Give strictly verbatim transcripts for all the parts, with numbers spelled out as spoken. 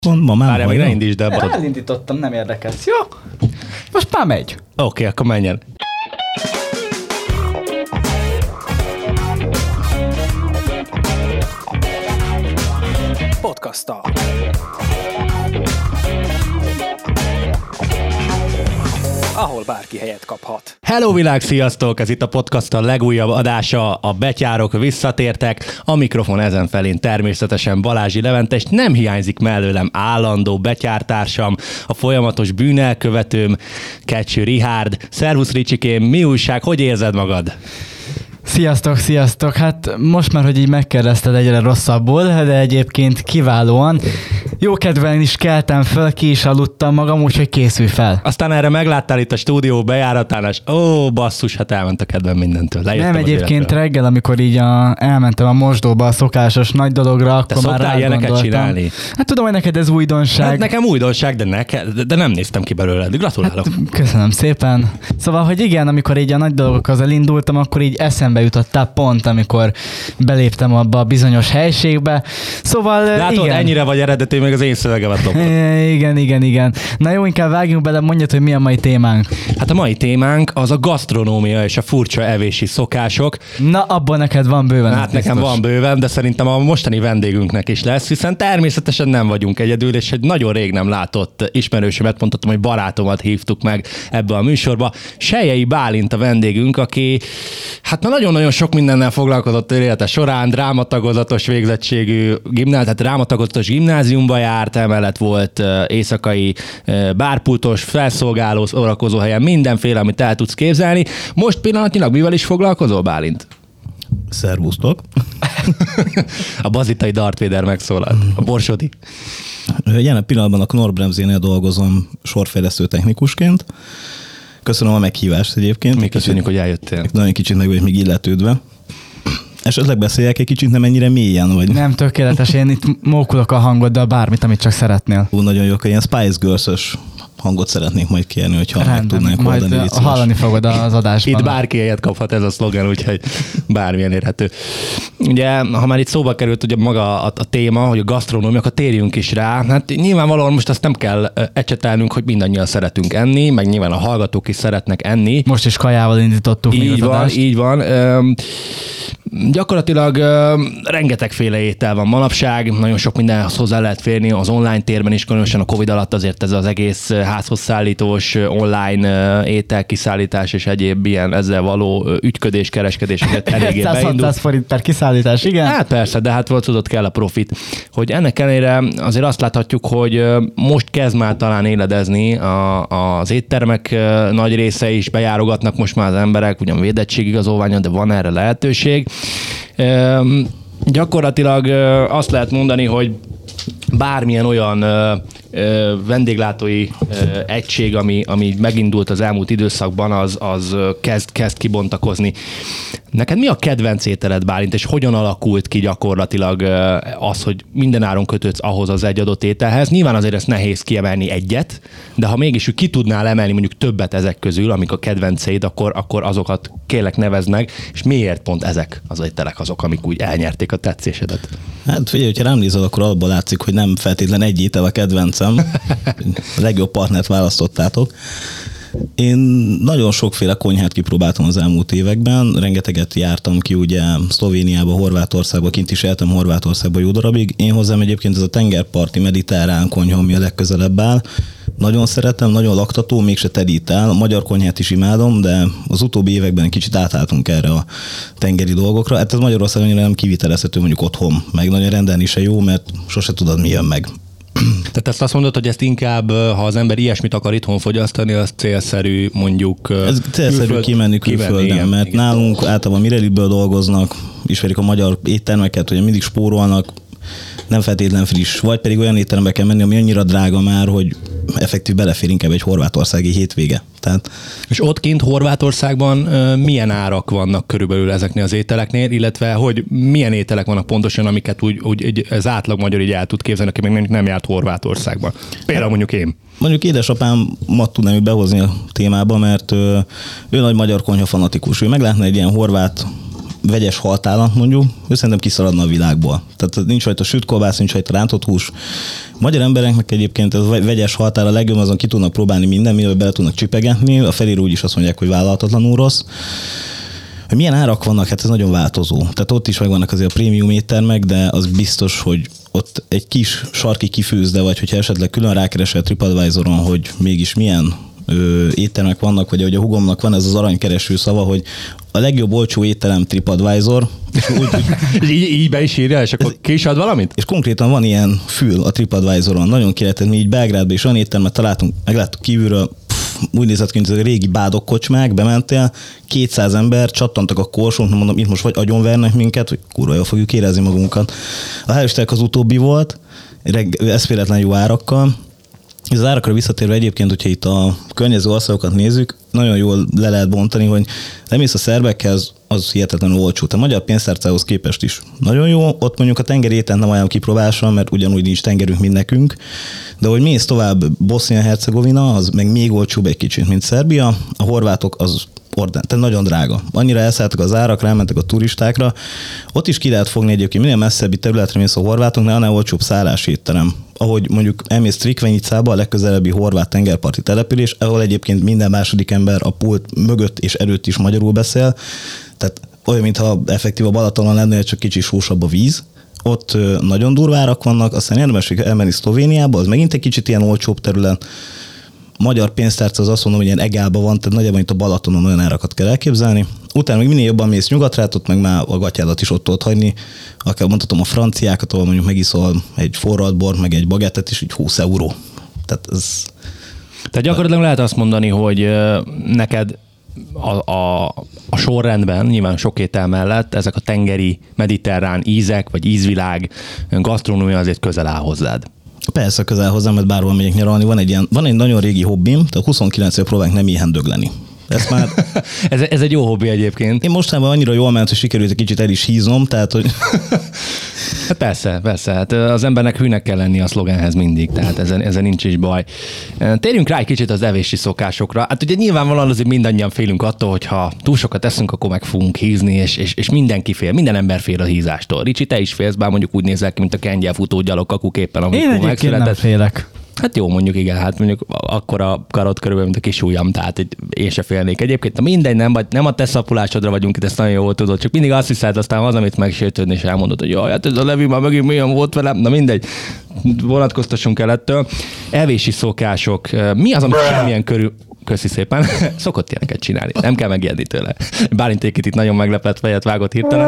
Ma már Várjál, még ne indítsd el. Elindítottam, nem érdekes. Jó? Most már megy. Oké, okay, akkor menjen. Podcasttal. Ahol bárki helyet kaphat. Hello világ, sziasztok! Ez itt a podcast a legújabb adása, a betyárok visszatértek, a mikrofon ezen felén természetesen Balázsi Levente, és nem hiányzik mellőlem állandó betyártársam, a folyamatos bűnelkövetőm, Kecső Richárd. Szervusz Ricsikém, mi újság, hogy érzed magad? Sziasztok, sziasztok! Hát most már, hogy így megkérdezted, egyre rosszabbul, de egyébként kiválóan. Jó kedven is keltem föl, ki is aludtam magam, úgyhogy készülj fel. Aztán erre megláttál itt a stúdió bejáratán, és ó, basszus, hát elment a kedvem mindentől. Nem, egyébként életről. Reggel, amikor így a, elmentem a mosdóba a szokásos nagy dologra, akkor Te már rá ilyeneket csinálni? Hát tudom, hogy neked ez újdonság. Hát nekem újdonság, de, neked, de nem néztem ki belőled. Gratulálok. Hát, köszönöm szépen. Szóval, hogy igen, amikor így a nagy dolgokhoz elindultam, akkor így eszembe jutottál pont, amikor beléptem abba a bizonyos helységbe. Szóval látod, igen. Ennyire vagy eredetű, még az én szövegemet lopod. Igen, igen, igen. Na jó, inkább vágjunk bele, mondjad, hogy mi a mai témánk. Hát a mai témánk az a gasztronómia és a furcsa evési szokások. Na, abban neked van bőven. Hát nekem biztos. Van bőven, de szerintem a mostani vendégünknek is lesz, hiszen természetesen nem vagyunk egyedül, és egy nagyon rég nem látott ismerősömet, mondhatom, hogy barátomat hívtuk meg ebbe a műsorba. Selyei Bálint a vendégünk, aki hát nagyon-nagyon sok mindennel foglalkozott élete során, drámatagozatos végzettségű gimnázium, tehát drámatagozatos gimnáziumba járt, emellett volt éjszakai bárpultos, felszolgáló, szórakozó helyen, mindenféle, amit el tudsz képzelni. Most pillanatnyilag mivel is foglalkozol, Bálint? Szervusztok! A bazitai Darth Vader megszólalt. A Borsodi. Jelen pillanatban a Knorr-Bremsénél dolgozom sorfejlesztő technikusként. Köszönöm a meghívást egyébként. Mi köszönjük, hogy eljöttél. Nagyon kicsit meg vagyok még illetődve. Esetleg beszéljek egy kicsit, nem ennyire mélyen, vagy? Nem, tökéletes, én itt mókulok a hangoddal bármit, amit csak szeretnél. Ú, nagyon jó, ilyen Spice Girls-ös hangot szeretnék majd kérni, hogyha rendben, meg tudnánk majd oldani. Majd hallani fogod az adásban. Itt bárki helyet kaphat, ez a szlogen, úgyhogy bármilyen érhető. Ugye, ha már itt szóba került ugye maga a, a téma, hogy a gasztronómia, akkor térjünk is rá. Hát nyilvánvalóan most azt nem kell ecsetelnünk, hogy mindannyian szeretünk enni, meg nyilván a hallgatók is szeretnek enni. Most is kajával indítottuk így még az van, adást. Így van, Üm, gyakorlatilag uh, rengetegféle étel van manapság, nagyon sok mindenhez hozzá lehet férni az online térben is, különösen a Covid alatt azért ez az egész házhoz szállítós online uh, ételkiszállítás és egyéb ilyen ezzel való uh, ügyködés, kereskedés eléggé beindult. száz forint per kiszállítás, igen? Hát persze, de hát volt tudod kell a profit. Hogy ennek ellenére azért azt láthatjuk, hogy uh, most kezd már talán éledezni a, az éttermek uh, nagy része is, bejárogatnak most már az emberek, ugyan védettségigazolványon, de van erre lehetőség. Üm, gyakorlatilag ö, azt lehet mondani, hogy bármilyen olyan ö, ö, vendéglátói ö, egység, ami, ami megindult az elmúlt időszakban, az, az kezd, kezd kibontakozni. Neked mi a kedvenc ételed, Bálint, és hogyan alakult ki gyakorlatilag ö, az, hogy mindenáron kötődsz ahhoz az egy adott ételhez? Nyilván azért ezt nehéz kiemelni egyet, de ha mégis ki tudnál emelni mondjuk többet ezek közül, amik a kedvencéd, akkor, akkor azokat kérlek nevezd meg, és miért pont ezek az ételek azok, amik úgy elnyerték a tetszésedet? Hát figyelj, hogyha rám nézed, akkor abból látszik, hogy nem feltétlen egy étel a kedvencem. A legjobb partnert választottátok. Én nagyon sokféle konyhát kipróbáltam az elmúlt években, rengeteget jártam ki ugye Szlovéniába, Horvátországba, kint is éltem Horvátországba jó darabig. Én hozzám egyébként ez a tengerparti mediterrán konyha, ami a legközelebb áll. Nagyon szeretem, nagyon laktató, mégse terít el. A magyar konyhát is imádom, de az utóbbi években egy kicsit átálltunk erre a tengeri dolgokra. Hát ez Magyarországon annyira nem kivitelezhető mondjuk otthon, meg nagyon rendelni se jó, mert sose tudod, mi jön meg. Tehát ezt azt mondod, hogy ezt inkább, ha az ember ilyesmit akar itthon fogyasztani, az célszerű mondjuk... Ez célszerű külföld, kimenni külföldön, kivenni, mert igen. Nálunk általában Mireliből dolgoznak, ismerik a magyar éttermeket, hogy mindig spórolnak, nem feltétlen friss, vagy pedig olyan étterembe kell menni, ami annyira drága már, hogy effektív belefér inkább egy horvátországi hétvége. Tehát... És ott kint Horvátországban milyen árak vannak körülbelül ezeknél az ételeknél, illetve hogy milyen ételek vannak pontosan, amiket úgy, úgy az átlag magyar így el tud képzelni, aki még nem járt Horvátországban. Például mondjuk én. Mondjuk édesapámat tudnám behozni a témába, mert ő, ő nagy magyar konyha fanatikus. Ő meglátna egy ilyen horvát vegyes haltálat mondjuk, ő szerintem kiszaladna a világból. Tehát nincs rajta süt kolbász, nincs rajta rántott hús. Magyar embereknek egyébként ez a vegyes haltál a legjobb, azon ki tudnak próbálni minden, mivel bele tudnak csipegetni. A felíró úgyis azt mondják, hogy vállalhatatlanul rossz. Hogy milyen árak vannak, hát ez nagyon változó. Tehát ott is megvannak azért a prémium éttermek, de az biztos, hogy ott egy kis sarki kifőzde, vagy hogyha esetleg külön rákeresel TripAdvisoron, hogy mégis milyen ö, éttermek vannak, vagy ahogy a hugomnak van ez az aranykereső szava, hogy a legjobb olcsó étterem TripAdvisor. És így, így be is írja, és akkor ki is ad valamit? És konkrétan van ilyen fül a TripAdvisoron. Nagyon ki lehet, mi így Belgrádban is olyan éttermet találtunk, megláttuk kívülről, úgy nézett ki, mint a régi bádok kocsmák, bementél, kétszáz ember, csattantak a korsónk, nem mondom, itt most vagy agyonvernek minket, hogy kurva jól fogjuk érezni magunkat. A hálósták az utóbbi volt, eszméletlen jó árakkal. Az árakra visszatérve egyébként, hogyha itt a környező országokat nézzük, nagyon jól le lehet bontani, hogy lemész a szerbekhez, az hihetetlenül olcsó. A magyar pénztárcához képest is nagyon jó. Ott mondjuk a tengeri ételt nem ajánlom kipróbálásra, mert ugyanúgy nincs tengerünk, mint nekünk. De hogy mész tovább, Bosznia-Hercegovina, az meg még olcsóbb egy kicsit, mint Szerbia. A horvátok az ordán, tehát nagyon drága. Annyira elszálltak az árak, rámentek a turistákra. Ott is ki lehet fogni egyébként, minél messzebbi területre mész a horvátoknál, annál olcsóbb szállásétterem. Ahogy mondjuk elmész Trikvenyicába, a legközelebbi horvát tengerparti település, ahol egyébként minden második ember a pult mögött és előtt is magyarul beszél. Tehát olyan, mintha effektív a Balatonon lenne, csak kicsi sósabb a víz. Ott nagyon durva árak vannak, aztán érdemes elmenni Szlovéniába, az megint egy kicsit ilyen olcsóbb terület. Magyar pénztárca az azt mondom, hogy ilyen egálban van, tehát nagyjából mint a Balatonon olyan árakat kell elképzelni. Utána még minél jobban mész nyugatra, ott meg már a gatyádat is ott tudod hagyni. Akár mondhatom a franciákat, ahol mondjuk megiszol egy forralt bort, meg egy bagettet, és így húsz euró. Tehát ez... Tehát gyakorlatilag lehet azt mondani, hogy neked a, a, a sorrendben, nyilván sok étel mellett, ezek a tengeri, mediterrán ízek, vagy ízvilág, gasztronómia azért közel áll hozzád. Persze közel hozzám, mert bárhol megyek nyaralni. Van egy, ilyen, van egy nagyon régi hobbim, tehát huszonkilenc éve próbálunk nem ilyen dögleni. Ezt már... ez, ez egy jó hobbi egyébként. Én mostanában annyira jól ment, hogy sikerült egy kicsit el is híznom, tehát hogy... Hát persze, persze. Hát az embernek hűnek kell lenni a szlogenhez mindig, tehát ezen, ezen nincs is baj. Térjünk rá egy kicsit az evési szokásokra. Hát ugye nyilvánvalóan azért mindannyian félünk attól, hogyha túl sokat eszünk, akkor meg fogunk hízni, és, és, és mindenki fél, minden ember fél a hízástól. Ricsi, te is félsz, bár mondjuk úgy nézel ki, mint a kengyel futó gyalogkakuk éppen, amikor megszületett. Én egyébként nem félek. Hát jó, mondjuk igen, hát mondjuk akkora karod körülbelül, mint a kis ujjam, tehát én se félnék. Egyébként na mindegy, nem, nem a te szapulásodra vagyunk itt, ezt nagyon jól tudod, csak mindig azt hiszed, aztán az, amit megsértődni, és elmondod, hogy jaj, hát ez a Levi már megint milyen volt velem, na mindegy, vonatkoztassunk el ettől. Elvési szokások, mi az, amit semmilyen körül... Köszi szépen. Szokott ilyeneket csinálni, nem kell megijedni tőle. Bálintékit itt nagyon meglepett fejet vágott hirtelen.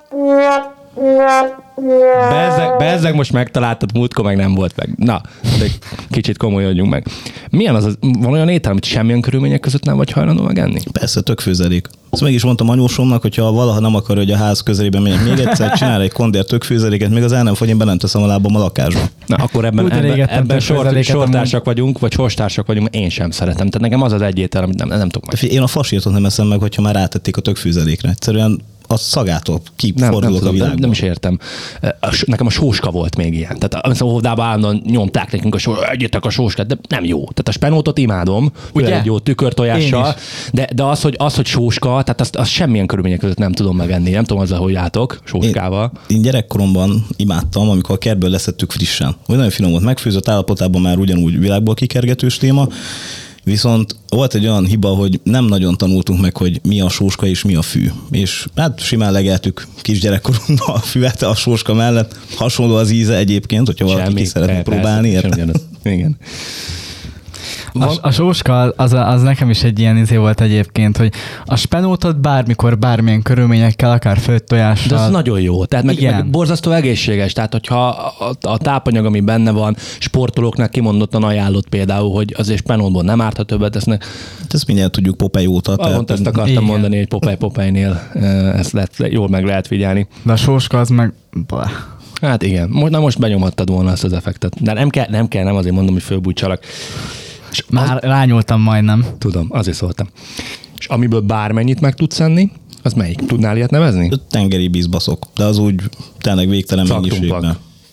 Bezzeg, bezzeg most megtaláltad, múltkor meg nem volt meg. Na, de kicsit komolyodjunk meg. Milyen az, az van olyan étel, amit semmilyen körülmények között nem vagy hajlandó megenni? Persze, tök főzelék. Ezt meg is mondtam anyósomnak, hogyha valaha nem akarja, hogy a ház közelében megyek még egyszer, csinál egy kondér tök főzeléket, még az el nem fogy, én be nem teszem a lábam a lakásba. Na, akkor ebben, ebben, ebben sor, sortársak vagyunk, vagy sorstársak vagyunk, én sem szeretem. Tehát nekem az az egy étel, amit nem, nem tudok meg. Én a fasírtot nem eszem meg, hogyha már rátették a tök főzelékre. Egyszerűen a szagától kifordulok a világban. Nem is értem. Nekem a sóska volt még ilyen. Tehát az óvodában állandóan nyomták nekünk a sóskát, egyetek a sóskát, de nem jó. Tehát a spenótot imádom, ugye egy jó tükörtojással, de, de az, hogy, az, hogy sóska, tehát azt, azt semmilyen körülmények között nem tudom megenni. Nem tudom azzal, hogy játok sóskával. Én, én gyerekkoromban imádtam, amikor a kertből leszettük frissen. Vagy nagyon finom volt, megfőzött állapotában már ugyanúgy világból kikergetős téma. Viszont volt egy olyan hiba, hogy nem nagyon tanultunk meg, hogy mi a sóska és mi a fű. És hát simán legeltük kisgyerekkorunkban a füvet a sóska mellett. Hasonló az íze egyébként, hogyha valaki Semmi, ki szeretne próbálni. Igen. A, a sóska az, az nekem is egy ilyen izé volt egyébként, hogy a spenótot bármikor, bármilyen körülményekkel, akár főtt tojással. De az nagyon jó. Tehát meg, meg borzasztó egészséges. Tehát, hogyha a, a tápanyag, ami benne van, sportolóknak kimondottan ajánlott például, hogy azért spenótból nem árt, ha többet tesznek. Ezt mindjárt tudjuk Popeye óta. Pont ezt akartam igen. mondani, hogy Popeye Popeye-nél ezt lehet, jól meg lehet figyelni. De a sóska az meg... Hát igen. Na most benyomhattad volna azt az effektet. De nem kell, nem kell, nem azért mondom, hogy fölbújtsalak. És már az... rányultam majdnem. Tudom, azért szóltam. És amiből bármennyit meg tudsz enni, az melyik? Tudnál ilyet nevezni? Tengeri bízbaszok, de az úgy tényleg végtelen mennyiségben.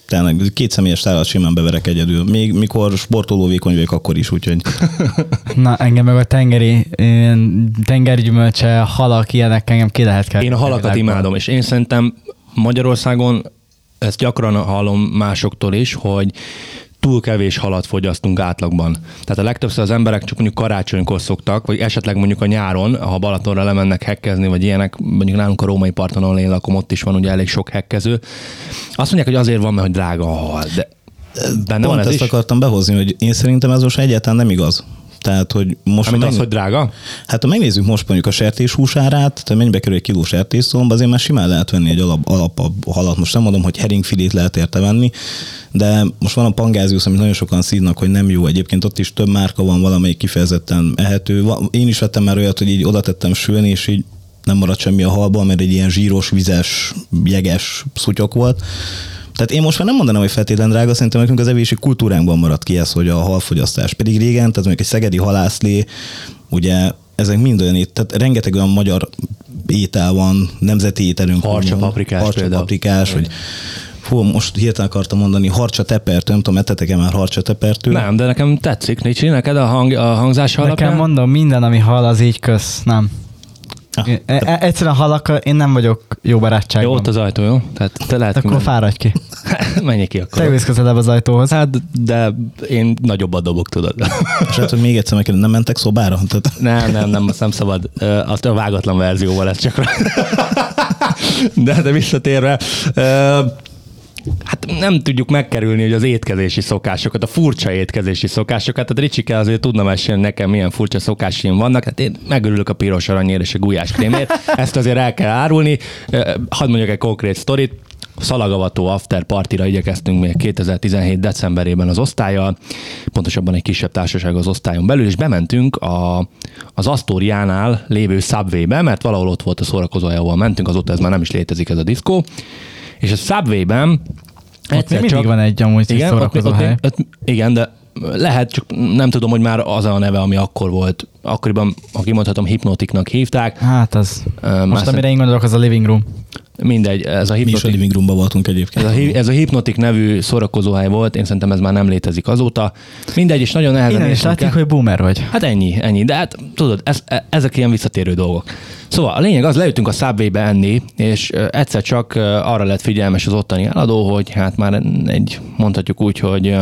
tényleg két személyes tálat simán beverek egyedül. Még mikor sportoló vékony vagyok, akkor is, úgyhogy... Na, engem meg a tengeri, tengergyümölcse, halak, ilyenek engem ki lehet kell. Én a halakat imádom, és én szerintem Magyarországon ezt gyakran hallom másoktól is, hogy túl kevés halat fogyasztunk átlagban. Tehát a legtöbbször az emberek csak mondjuk karácsonykor szoktak, vagy esetleg mondjuk a nyáron, ha Balatonra lemennek hekkezni, vagy ilyenek, mondjuk nálunk a római parton, ahol én lakom, ott is van ugye elég sok hekkező. Azt mondják, hogy azért van, mert hogy drága a hal, de benne Pont van ez ezt is? akartam behozni, hogy én szerintem ez most egyáltalán nem igaz. Tehát, hogy most... Amit meg... az, hogy drága? Hát ha megnézzük most mondjuk a sertéshús árát, tehát mennyibe kerül egy kiló sertésszomba, azért már simán lehet venni egy alap, alap halat. Most nem mondom, hogy heringfilét lehet érte venni, de most van a pangáziusz, amit nagyon sokan szídnak, hogy nem jó. Egyébként ott is több márka van, valamelyik kifejezetten ehető. Én is vettem már olyat, hogy így oda tettem sülni, és így nem maradt semmi a halból, mert egy ilyen zsíros, vizes, jeges szutyok volt. Tehát én most már nem mondanám, hogy feltétlen drága, szerintem nekünk az evési kultúránkban maradt ki ez, hogy a halfogyasztás. Pedig régen, tehát mondjuk egy szegedi halászlé, ugye ezek mind olyan ét, tehát rengeteg olyan magyar étel van, nemzeti ételünk. Harcsa paprikás harcsa például. paprikás, hogy fú, most hirtelen akartam mondani, harcsa tepertő, nem tudom, ettetek-e már harcsa tepertő? Nem, de nekem tetszik. Nicsi, neked a, hang, a hangzás alapján? Nekem mondom, minden, ami hal, az így kösz, nem. Ah. E- e- egyszerűen halakkal én nem vagyok jó barátságban. Jó, ott az ajtó, jó? Tehát te lehet akkor fáradj ki. Menjél ki akkor. Te ülsz közelebb az ajtóhoz. Hát, de én nagyobbat dobok, tudod. És hát, hogy még egyszer meg nem mentek szobára? Tehát... Nem, nem, nem, azt nem szabad. Azt a vágatlan verzióval lesz csak rá. De, de visszatérve, hát nem tudjuk megkerülni, hogy az étkezési szokásokat, a furcsa étkezési szokásokat, tehát Ricsike azért tudna mesélni nekem, milyen furcsa szokásaim vannak, hát én megörülök a piros aranyért és a gulyáskrémért, ezt azért el kell árulni. Hadd mondjak egy konkrét sztorit. Szalagavató after partira igyekeztünk még kétezer-tizenhét decemberében az osztállyal, pontosabban egy kisebb társaság az osztályon belül, és bementünk a, az Asztóriánál lévő Subway-be, mert valahol ott volt a szórakozója, ahol mentünk, azóta ez már nem is létezik ez a diszkó, és a Subway-ben ott még mindig van egy amúgy igen, szórakozó ott, hely. ott, ott, igen, de lehet, csak nem tudom, hogy már az a neve, ami akkor volt. Akkoriban, ha kimondhatom, Hipnotiknak hívták. Hát az. Uh, Most amire én gondolok, az a living room. Mindegy, ez a Mi is a Hipnotik, living roomban voltunk egyébként. ez a, ez a Hipnotik nevű szórakozóhely volt, én szerintem ez már nem létezik azóta. Mindegy, és nagyon nehezen Innen is értünk látjuk, el. hogy boomer vagy. Hát ennyi, ennyi. De hát tudod, ez, ezek ilyen visszatérő dolgok. Szóval a lényeg az, leütünk a Subway-be enni, és egyszer csak arra lett figyelmes az ottani eladó, hogy hát már egy, mondhatjuk úgy, hogy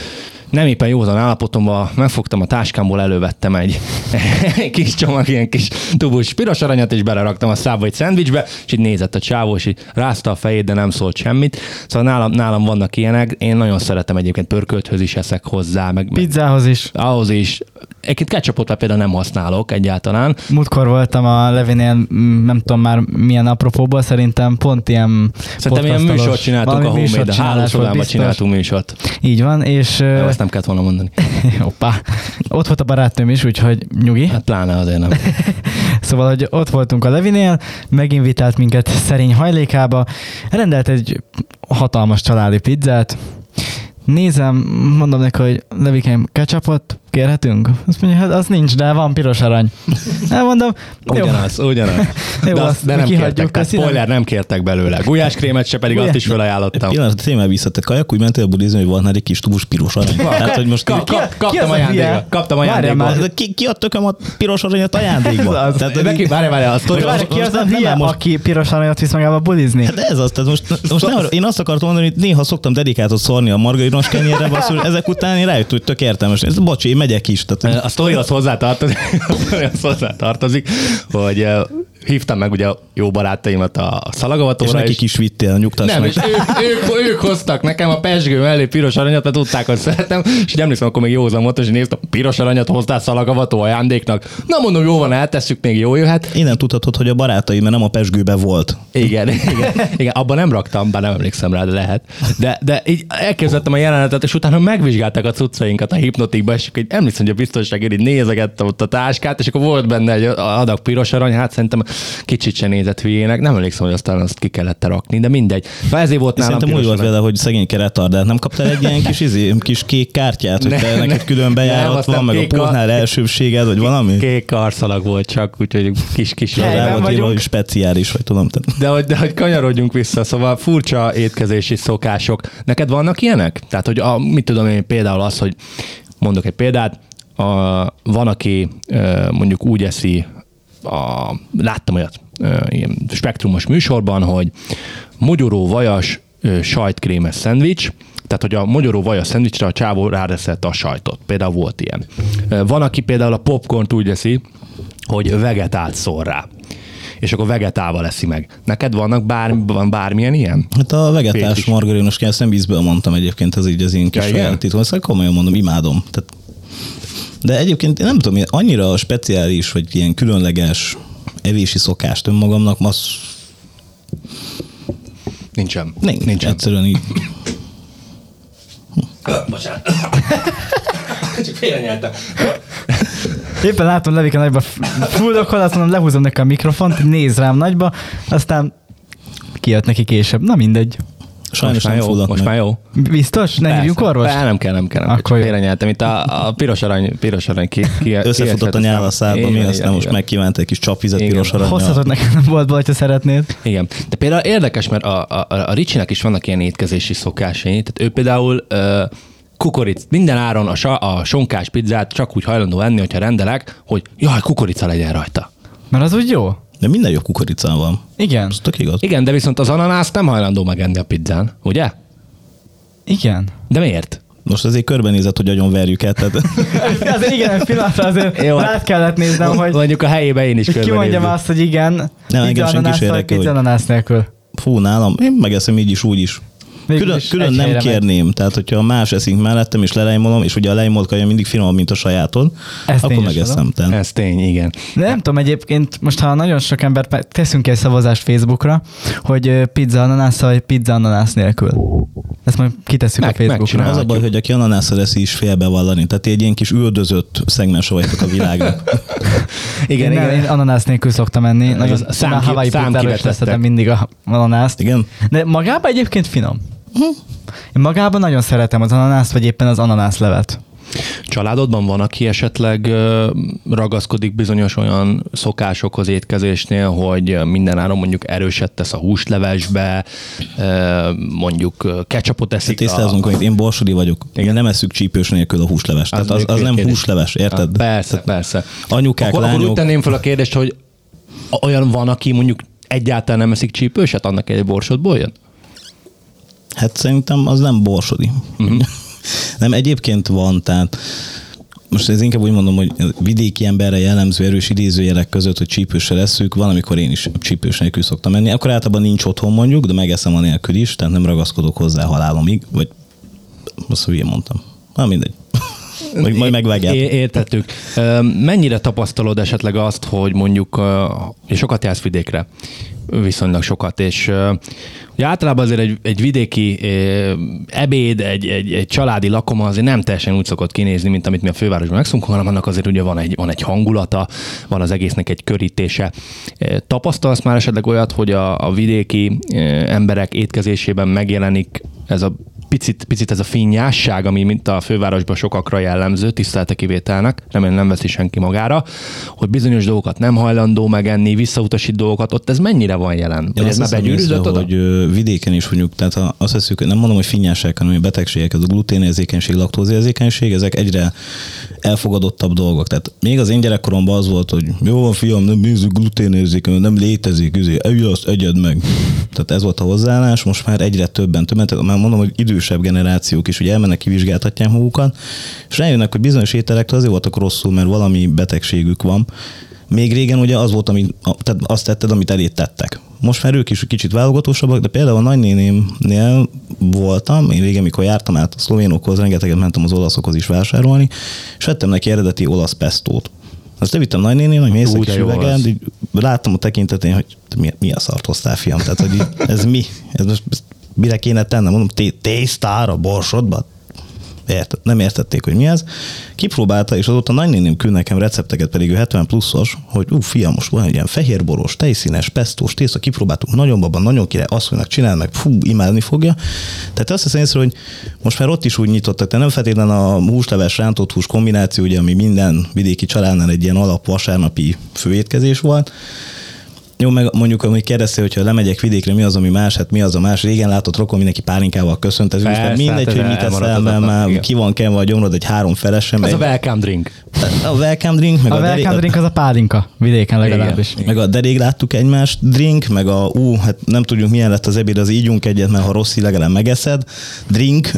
nem éppen józan állapotomban, megfogtam a táskámból, elővettem egy, egy kis csomag, ilyen kis tubus piros aranyat, és beleraktam a Subway szendvicsbe, és így nézett a csávó, és így rázta a fejét, de nem szólt semmit. Szóval nálam, nálam vannak ilyenek, én nagyon szeretem egyébként pörkölthöz is eszek hozzá, meg Pizzához is. ahhoz is. Egyébként ketchupot például nem használok egyáltalán. Múltkor voltam a Levinél, nem tudom már milyen apropóból, szerintem pont ilyen Szerintem ilyen műsort csináltunk a Homemade, a hálószobában csináltunk műsort. Így van, és... Nem, ezt nem kellett volna mondani. Hoppá. Ott volt a barátnőm is, úgyhogy nyugi. Hát pláne azért nem. Szóval, hogy ott voltunk a Levinél, meginvitált minket szerény hajlékába, rendelt egy hatalmas családi pizzát, nézem, mondom neki, hogy Levikém, ketchupot kérhetünk? Azt mondja, hát az nincs, de van piros arany. Elmondom, jó. Ugyanaz, ugyanaz. Jó, de, azt, azt de nem kihagyjuk, kértek, tehát köszi, spoiler, nem kértek belőle. Gulyáskrémet se, pedig azt is felajánlottam. Pillanat, tényleg visszatett kajak, úgy mentél bulizni, hogy volt már egy kis tubus piros arany. Tehát, hogy most Kap, kap, ki kaptam az a ajándékba. hülye? Kaptam Várjál ajándékba. már. De ki, ki a tököm a piros aranyat ajándékba? Ez az. Tehát, hogy- Neki, várj, várj, a sztori, Várj, ki az a nem- nem hülye, áll most- aki piros aranyat visz magába bulizni? De ez az, tehát most, most nem, én azt akartam mondani, hogy néha szoktam dedikátot szórni a margarinos kenyérre, basszus, ezek után én rájöttem, hogy tök értelmes. Ez, bocsi, én megyek is. Tehát, a sztori az hozzátartozik, a sztori az hozzátartozik, hogy eh, hívtam meg ugye a jó barátaimat a és szalagavatóra, nekik is vittél, nyugtass nem, meg. és ők, ők, ők hoztak nekem a pezsgő mellé piros aranyat, mert tudták, hogy szeretem, és így emlékszem, akkor még józan volt, és néztem, piros aranyat hoztál szalagavató ajándéknak. Na mondom, jó van, eltesszük, még jó jöhet. Innen tudhatod, hogy a barátaid, mert nem a pesgőben volt. Igen, igen, igen, abban nem raktam, bár nem emlékszem rá, de lehet. De, de így elképzeltem a jelenetet, és utána megvizsgálták a cuccainkat a Hipnotikba, és így emlékszem, hogy a biztonságért így nézegettem ott a táskát, és akkor volt benne egy adag piros arany, hát szerintem kicsit se nézett hülyének. Nem emlékszem, hogy aztán azt ki kellett rakni, de mindegy. Ha ezért volt nálam Szerintem úgy volt vele, hogy szegényke retardált. Nem kaptál egy ilyen kis, izé, kis kék kártyát, hogy ne, te neked külön bejárat van, meg a pótnál elsőbséged, vagy valami? Kék karszalag volt csak, úgyhogy kis-kis. Rá volt írva, hogy speciális, vagy tudom. De hogy, de hogy kanyarodjunk vissza, szóval furcsa étkezési szokások. Neked vannak ilyenek? Tehát, hogy a, mit tudom én, például az, hogy mondok egy példát, a, van, aki mondjuk úgy eszi, a, láttam olyat ilyen spektrumos műsorban, hogy mogyoró vajas sajtkrémes szendvics, tehát, hogy a mogyoró vajas szendvicsre a csávó ráreszette a sajtot. Például volt ilyen. Van, aki például a popcornt úgy eszi, hogy vegetált szól rá. És akkor vegetálva leszi meg. Neked vannak bármi, van bármilyen ilyen? Hát a vegetális margarinos kell, ezt nem vízből mondtam egyébként, ez így az én kis saját titom. Ezt komolyan mondom, imádom. Tehát, de egyébként én nem tudom, annyira speciális, vagy ilyen különleges evési szokást önmagamnak, az... Nincsen. Nincs, Nincsen. Egyszerűen így. Bocsánat. Csak félrenyeltem. Éppen látom Levike nagyba fuldokol, azt mondom, lehúzom neki a mikrofont, néz rám nagyba, aztán kijött neki később. Na mindegy. Sajnos most már jó, most már jó. Biztos? Ne hívjunk orvost? Nem kell, nem kell. Nem kell. Csak félrenyeltem. Itt a, a piros arany, piros arany ki, ki, összefutott a nyál a szádba, mi aztán most megkívánt egy kis csapvizet piros aranyjal. Hozhatod nekem a boltba, hogyha szeretnéd. Igen. De például érdekes, mert a, a, a Ricsinek is vannak ilyen étkezési szokásai. Tehát ő például uh, kukoric, minden áron a, sa, a sonkás pizzát csak úgy hajlandó enni, hogyha rendelek, hogy jaj, kukorica legyen rajta. Mert az úgy jó. De minden jobb kukoricán van. Igen. Ez tök igaz. Igen, de viszont az ananászt nem hajlandó megenni a pizzán, ugye? Igen. De miért? Most azért körbenézett, hogy agyon verjük el. Tehát... azért igen, egy pillanatra azért jó, át kellett néznem, hogy... Mondjuk a helyébe én is körbenézem. Kimondjam azt, hogy igen, nem, pizza ananásszal, pizza ananász nélkül. Fú, nálam, én megeszem így is, úgy is. Külön, külön nem kérném, megy. Tehát hogyha más eszünk mellettem, és lelejmolom, és ugye a lejmolt kaja mindig finomabb, mint a sajátod, ez akkor megeszem. Ez tény, igen. De nem tudom, egyébként most, ha nagyon sok ember, teszünk egy szavazást Facebookra, hogy pizza ananásszal, vagy pizza ananász nélkül. Ezt majd kitesszük meg, a Facebookra. Az a baj, hogy aki ananásszal eszi is félbevallani. Tehát egy ilyen kis üldözött szegmens vagytok a világnak. igen, én, igen. Én ananász nélkül szoktam enni. Nagyon a Hawaii pizzára is leszedem mindig a ananászt. Igen. De magában egyébként finom. Én magában nagyon szeretem az ananászt, vagy éppen az ananászlevet. Családodban van, aki esetleg ragaszkodik bizonyos olyan szokásokhoz étkezésnél, hogy mindenáron mondjuk erőset tesz a húslevesbe, mondjuk ketchupot eszik. Tisztázunk, hogy én borsodi vagyok. Igen, nem eszük csípős nélkül a húsleves. Tehát az, az nem kérdés. Húsleves, érted? Persze, Tehát persze. Anyukák, akkor, lányok. Akkor úgy tenném fel a kérdést, hogy olyan van, aki mondjuk egyáltalán nem eszik csípőset, annak egy borsodból jön? Hát szerintem az nem borsodi. Uh-huh. Nem, egyébként van, tehát most ez inkább úgy mondom, hogy vidéki emberre jellemző erős idézőjelek között, hogy csípősre leszünk, valamikor én is csípős nélkül szoktam menni. Akkor általában nincs otthon mondjuk, de megeszem a nélkül is, tehát nem ragaszkodok hozzá halálomig, vagy azt hülyén mondtam. Na mindegy. Majd, majd megvágják. Értettük. Mennyire tapasztalod esetleg azt, hogy mondjuk, és sokat jársz vidékre, viszonylag sokat, és ugye általában azért egy, egy vidéki ebéd, egy, egy, egy családi lakoma azért nem teljesen úgy szokott kinézni, mint amit mi a fővárosban megszokunk, hanem annak azért ugye van egy, van egy hangulata, van az egésznek egy körítése. Tapasztalsz már esetleg olyat, hogy a, a vidéki emberek étkezésében megjelenik ez a Picit, picit ez a finnyásság, ami mint a fővárosban sokakra jellemző, tisztelte kivételnek, remélem nem veszi senki magára, hogy bizonyos dolgokat nem hajlandó megenni, visszautasít dolgokat, ott ez mennyire van jelen? Ja, ez már begyűrűzött oda? Hogy vidéken is mondjuk, tehát azt hiszük, nem mondom, hogy finnyásság, hanem hogy betegségek, ez a gluténérzékenység, laktózérzékenység, ezek egyre elfogadottabb dolgok. Tehát még az én gyerekkoromban az volt, hogy jó, fiam, nem nézzük gluténérzékeny, nem létezik, ezért azt egyed meg. Tehát ez volt a hozzáállás, most már egyre többen, többen, tehát már mondom, hogy idősebb generációk is ugye elmennek, kivizsgáltatják magukat, és rájönnek, hogy bizonyos ételektől azért voltak rosszul, mert valami betegségük van. Még régen ugye az volt, ami, tehát azt tetted, amit elé tettek. Most már ők is kicsit válogatósabbak, de például a nagynénémnél voltam, én régen, mikor jártam át a szlovénokhoz, rengeteget mentem az olaszokhoz is vásárolni, és vettem neki eredeti olasz pestót. Azt levittem nagynénének, mész a kis üvegen, láttam a tekintetén, hogy mi, mi a szart hoztál, fiam, tehát hogy ez mi? Ez most mire kéne tennem? Mondom, tésztára, borsodba? ért, nem értették, hogy mi ez. Kipróbálta, és azóta nagynéném küld nekem recepteket, pedig ő hetven pluszos, hogy ú, fiam, most van egy ilyen fehérboros, tejszínes, pesztós tészta, kipróbáltuk, nagyon babban, nagyon király, asszonynak csinál meg, fú, imádni fogja. Tehát azt hiszem észre, hogy most már ott is úgy nyitottak, tehát nem feltétlenül a húsleves rántott hús kombináció, ugye, ami minden vidéki családnál egy ilyen alap vasárnapi főétkezés volt. Jó, meg mondjuk, hogy kérdeztél, hogyha lemegyek vidékre, mi az, ami más, hát mi az a más. Régen látott rokon, mindenki pálinkával köszönt, ez Persze, úgy, mindegy, hát hogy mit teszel, mert már igen. ki van kenve a gyomrod egy három felesen. Ez a welcome drink. A welcome drink, meg A a, welcome derék, drink az a pálinka, vidéken legalábbis. meg a derék láttuk egymást, drink, meg a ú, hát nem tudjuk milyen lett az ebéd, az ígyunk egyet, mert ha rossz, legalább megeszed. Drink.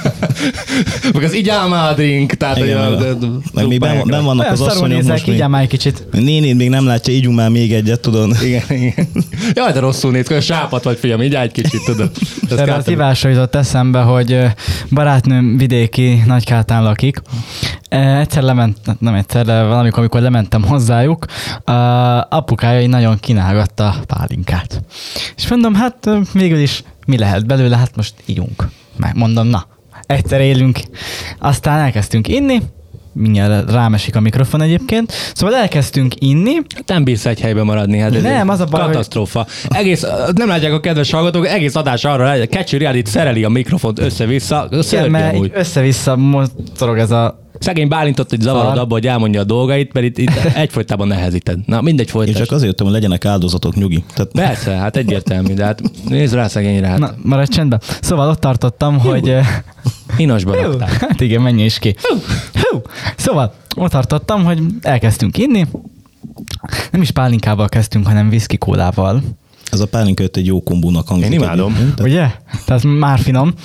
Meg az igyál már drink, tehát Igen, hogy meg, a, meg még ben, ben vannak Olyan az szarul asszonyok nézel most ki, így már egy kicsit. Nénéd még nem látja, ígyunk már még egyet, tudod. Igen, igen. Jaj, de rosszul néz ki, sápat vagy, fiam, így egy kicsit, tudod. Erre az ivásra jutott eszembe, hogy barátnőm vidéki Nagykátán lakik. Egyszer lement, nem egyszer, de valamikor, amikor lementem hozzájuk, apukája így nagyon kínálgatta a pálinkát. És mondom, hát végül is mi lehet belőle, hát most ígyunk. Mondom, na, egyszer élünk. Aztán elkezdtünk inni, mindjárt rámesik a mikrofon egyébként. Szóval elkezdtünk inni. Nem bírsz egy helyben maradni. Hát ez nem, az a baj, katasztrófa. Egész, nem látják a kedves hallgatók, egész adás arra, hogy Kecső Riád itt szereli a mikrofont össze-vissza. Igen, mert így össze-vissza mocorog ez a... Szegény Bálintot, hogy zavarod abba, hogy elmondja a dolgait, mert itt, itt egyfolytában nehezíted. Na, mindegy, Én folytasd. csak azért jöttem, hogy legyenek áldozatok, nyugi. Tehát... Persze, hát egyértelmű, de hát nézd rá szegényre. Hát. Na, maradj csendben. Szóval ott tartottam, Hú. hogy... Inosba raktál. Hát igen, menj is ki. Hú. Hú. Szóval ott tartottam, hogy elkezdtünk inni. Nem is pálinkával kezdtünk, hanem whisky kólával. Ez a pálinka jött egy jó kombónak hangzik. Én imádom. Tehát... Ugye? Tehát már finom.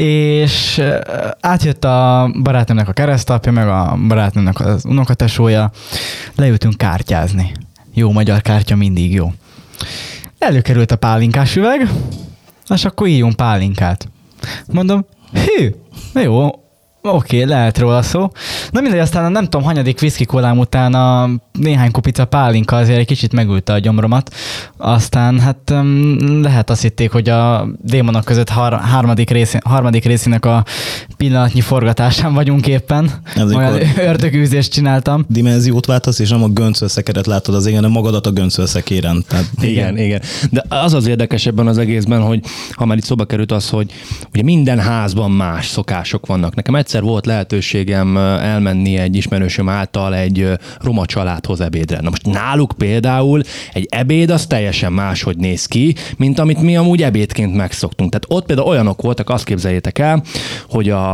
És átjött a barátnőmnek a keresztapja, meg a barátnőmnek az unokatesója. Leültünk kártyázni. Jó magyar kártya mindig jó. Előkerült a pálinkás üveg, és akkor íjunk pálinkát. Mondom, hű, jó, oké, lehet róla szó. Na mindegy, aztán nem tudom, hanyadik whisky kólám után a néhány kupica pálinka azért egy kicsit megülte a gyomromat. Aztán hát lehet azt hitték, hogy a démonok között har- harmadik, részén, harmadik részének a pillanatnyi forgatásán vagyunk éppen. Olyan ördögűzést csináltam. Dimenziót váltasz, és nem a göncölszekeret látod az égen, hanem magadat a göncölszekéren. Tehát... Igen, igen, igen. De az az érdekes ebben az egészben, hogy ha már itt szóba került az, hogy ugye minden házban más szokások vannak. Nekem egyszer volt lehetőségem elmenni egy ismerősöm által egy roma családhoz ebédre. Na most náluk például egy ebéd az teljesen máshogy néz ki, mint amit mi amúgy ebédként megszoktunk. Tehát ott például olyanok voltak, azt képzeljétek el, hogy a,